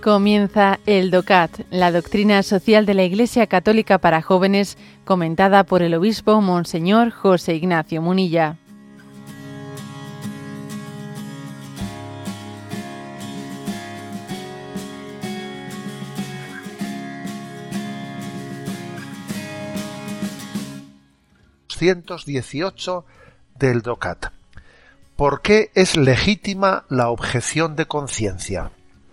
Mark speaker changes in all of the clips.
Speaker 1: Comienza el DOCAT, la doctrina social de la Iglesia Católica para jóvenes, comentada por el obispo Monseñor José Ignacio Munilla.
Speaker 2: Del DOCAT. ¿Por qué es legítima la objeción de conciencia?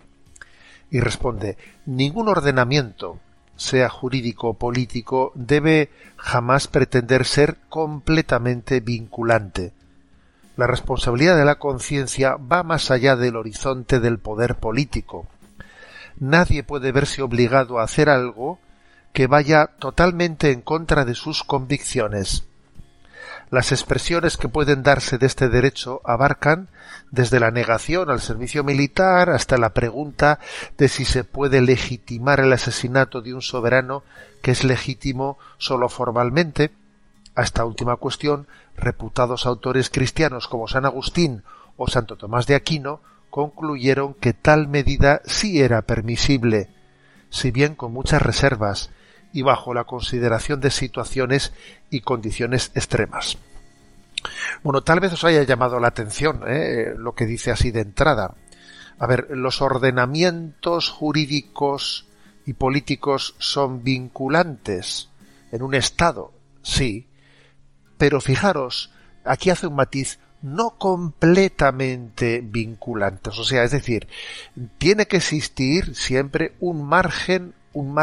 Speaker 2: Y responde: ningún ordenamiento, sea jurídico o político, debe jamás pretender ser completamente vinculante. La responsabilidad de la conciencia va más allá del horizonte del poder político. Nadie puede verse obligado a hacer algo que vaya totalmente en contra de sus convicciones. Las expresiones que pueden darse de este derecho abarcan desde la negación al servicio militar hasta la pregunta de si se puede legitimar el asesinato de un soberano que es legítimo solo formalmente. A esta última cuestión, reputados autores cristianos como San Agustín o Santo Tomás de Aquino concluyeron que tal medida sí era permisible, si bien con muchas reservas y bajo la consideración de situaciones y condiciones extremas. Bueno, tal vez os haya llamado la atención lo que dice así de entrada. A ver, los ordenamientos jurídicos y políticos son vinculantes en un Estado, sí, pero fijaros, aquí hace un matiz: no completamente vinculantes, o sea, es decir, tiene que existir siempre un margen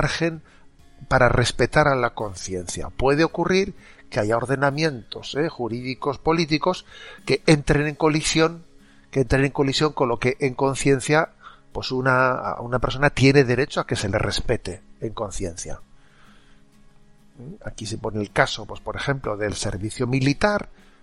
Speaker 2: para respetar a la conciencia. Puede ocurrir que haya ordenamientos jurídicos, políticos, que entren en colisión con lo que en conciencia pues una persona tiene derecho a que se le respete en conciencia. Aquí se pone el caso, pues por ejemplo, del servicio militar,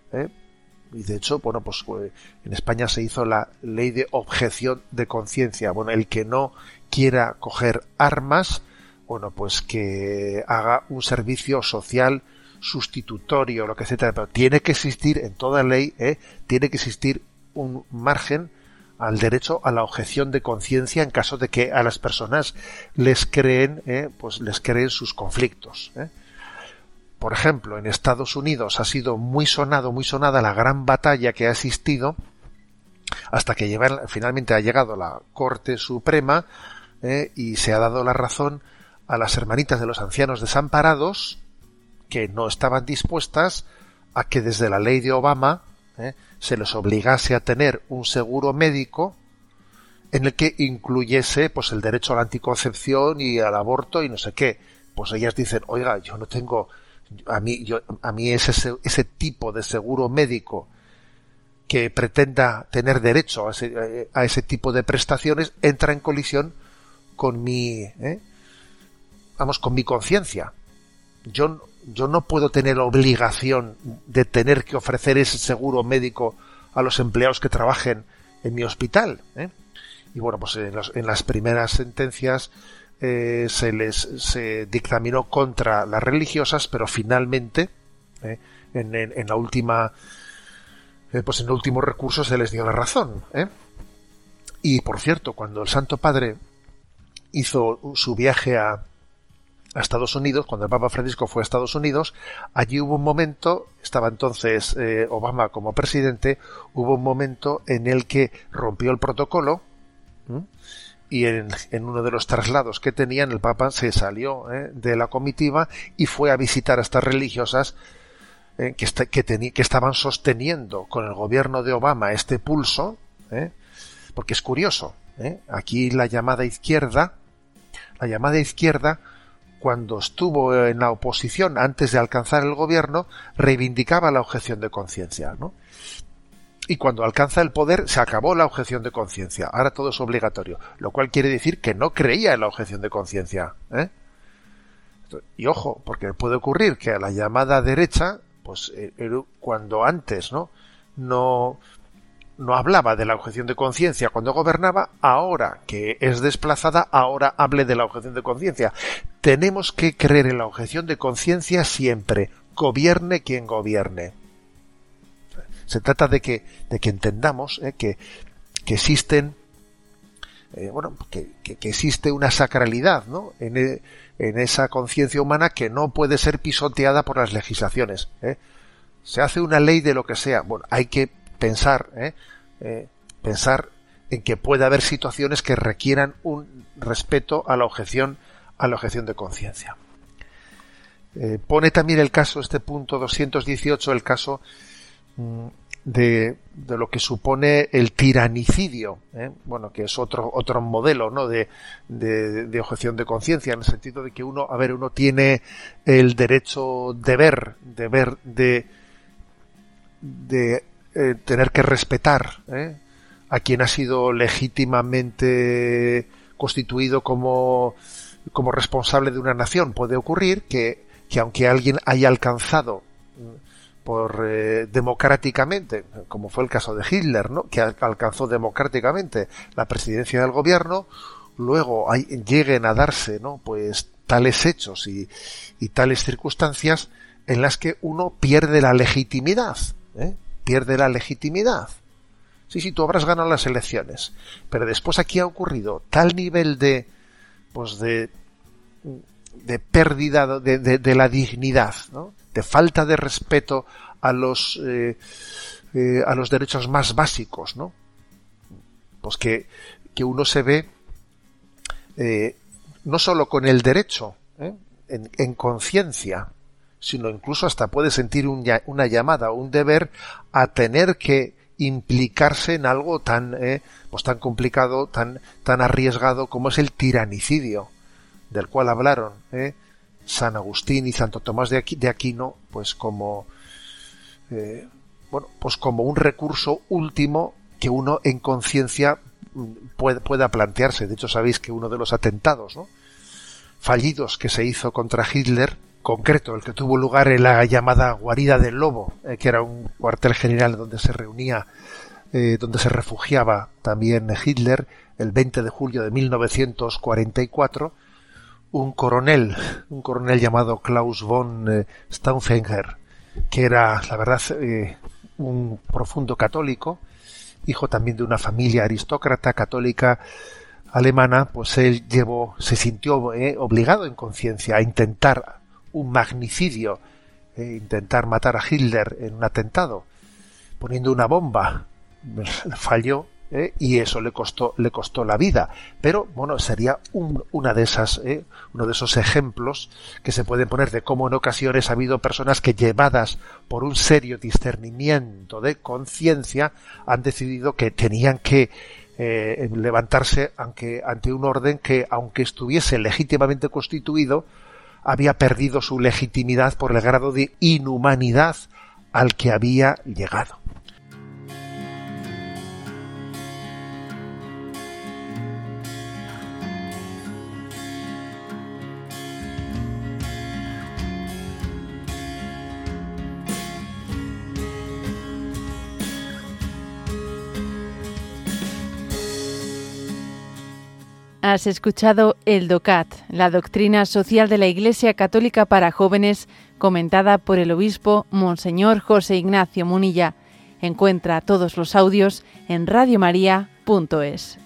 Speaker 2: y de hecho, bueno, pues en España se hizo la ley de objeción de conciencia. Bueno, el que no quiera coger armas, bueno, pues que haga un servicio social sustitutorio, lo que etcétera, pero tiene que existir en toda ley, tiene que existir un margen al derecho a la objeción de conciencia en caso de que a las personas les creen sus conflictos. Por ejemplo, en Estados Unidos ha sido muy sonada la gran batalla que ha existido hasta que finalmente ha llegado la Corte Suprema y se ha dado la razón a las hermanitas de los ancianos desamparados, que no estaban dispuestas a que desde la ley de Obama se les obligase a tener un seguro médico en el que incluyese pues el derecho a la anticoncepción y al aborto y no sé qué. Pues ellas dicen: oiga, yo no tengo, a mí ese tipo de seguro médico que pretenda tener derecho a ese tipo de prestaciones entra en colisión con mi conciencia. Yo no puedo tener la obligación de tener que ofrecer ese seguro médico a los empleados que trabajen en mi hospital. Y bueno, pues en las primeras sentencias se dictaminó contra las religiosas, pero finalmente en la última pues en el último recurso se les dio la razón. Y por cierto, cuando el Santo Padre hizo su viaje a Estados Unidos, cuando el Papa Francisco fue a Estados Unidos, allí hubo un momento, estaba entonces Obama como presidente, hubo un momento en el que rompió el protocolo y en uno de los traslados que tenían el Papa se salió de la comitiva y fue a visitar a estas religiosas que estaban sosteniendo con el gobierno de Obama este pulso, porque es curioso, aquí la llamada izquierda, cuando estuvo en la oposición antes de alcanzar el gobierno, reivindicaba la objeción de conciencia, ¿no? Y cuando alcanza el poder se acabó la objeción de conciencia, ahora todo es obligatorio, lo cual quiere decir que no creía en la objeción de conciencia, Y ojo, porque puede ocurrir que a la llamada derecha, pues cuando antes no hablaba de la objeción de conciencia cuando gobernaba, ahora que es desplazada, ahora hable de la objeción de conciencia. Tenemos que creer en la objeción de conciencia siempre, gobierne quien gobierne. Se trata de que entendamos que existen que existe una sacralidad, ¿no?, en esa conciencia humana que no puede ser pisoteada por las legislaciones. Se hace una ley de lo que sea. Bueno, hay que pensar en que puede haber situaciones que requieran un respeto a la objeción de conciencia. Pone también el caso, este punto 218, el caso de lo que supone el tiranicidio, que es otro modelo, ¿no?, de objeción de conciencia, en el sentido de que uno tiene el derecho de tener que respetar a quien ha sido legítimamente constituido como responsable de una nación. Puede ocurrir que aunque alguien haya alcanzado democráticamente, como fue el caso de Hitler, ¿no?, que alcanzó democráticamente la presidencia del gobierno, luego lleguen a darse, ¿no?, pues tales hechos y tales circunstancias en las que uno pierde la legitimidad. Pierde la legitimidad. Sí, tú habrás ganado las elecciones, pero después aquí ha ocurrido tal nivel de pérdida de la dignidad, ¿no?, de falta de respeto a los derechos más básicos, ¿no?, pues que uno se ve no solo con el derecho en conciencia, sino incluso hasta puede sentir una llamada o un deber a tener que implicarse en algo tan complicado, tan arriesgado como es el tiranicidio, del cual hablaron San Agustín y Santo Tomás de Aquino, pues como un recurso último que uno en conciencia pueda plantearse. De hecho, sabéis que uno de los atentados, ¿no?, fallidos que se hizo contra Hitler, concreto, el que tuvo lugar en la llamada Guarida del Lobo, que era un cuartel general donde se reunía, donde se refugiaba también Hitler, el 20 de julio de 1944, un coronel llamado Klaus von Stauffenberg, que era, la verdad, un profundo católico, hijo también de una familia aristócrata católica alemana, pues él se sintió obligado en conciencia a intentar un magnicidio, intentar matar a Hitler en un atentado, poniendo una bomba. Falló, y eso le costó la vida. Pero bueno, sería uno de esos ejemplos que se pueden poner de cómo en ocasiones ha habido personas que, llevadas por un serio discernimiento de conciencia, han decidido que tenían que levantarse ante un orden que, aunque estuviese legítimamente constituido, había perdido su legitimidad por el grado de inhumanidad al que había llegado.
Speaker 1: Has escuchado el DOCAT, la doctrina social de la Iglesia Católica para jóvenes, comentada por el obispo Monseñor José Ignacio Munilla. Encuentra todos los audios en radiomaria.es.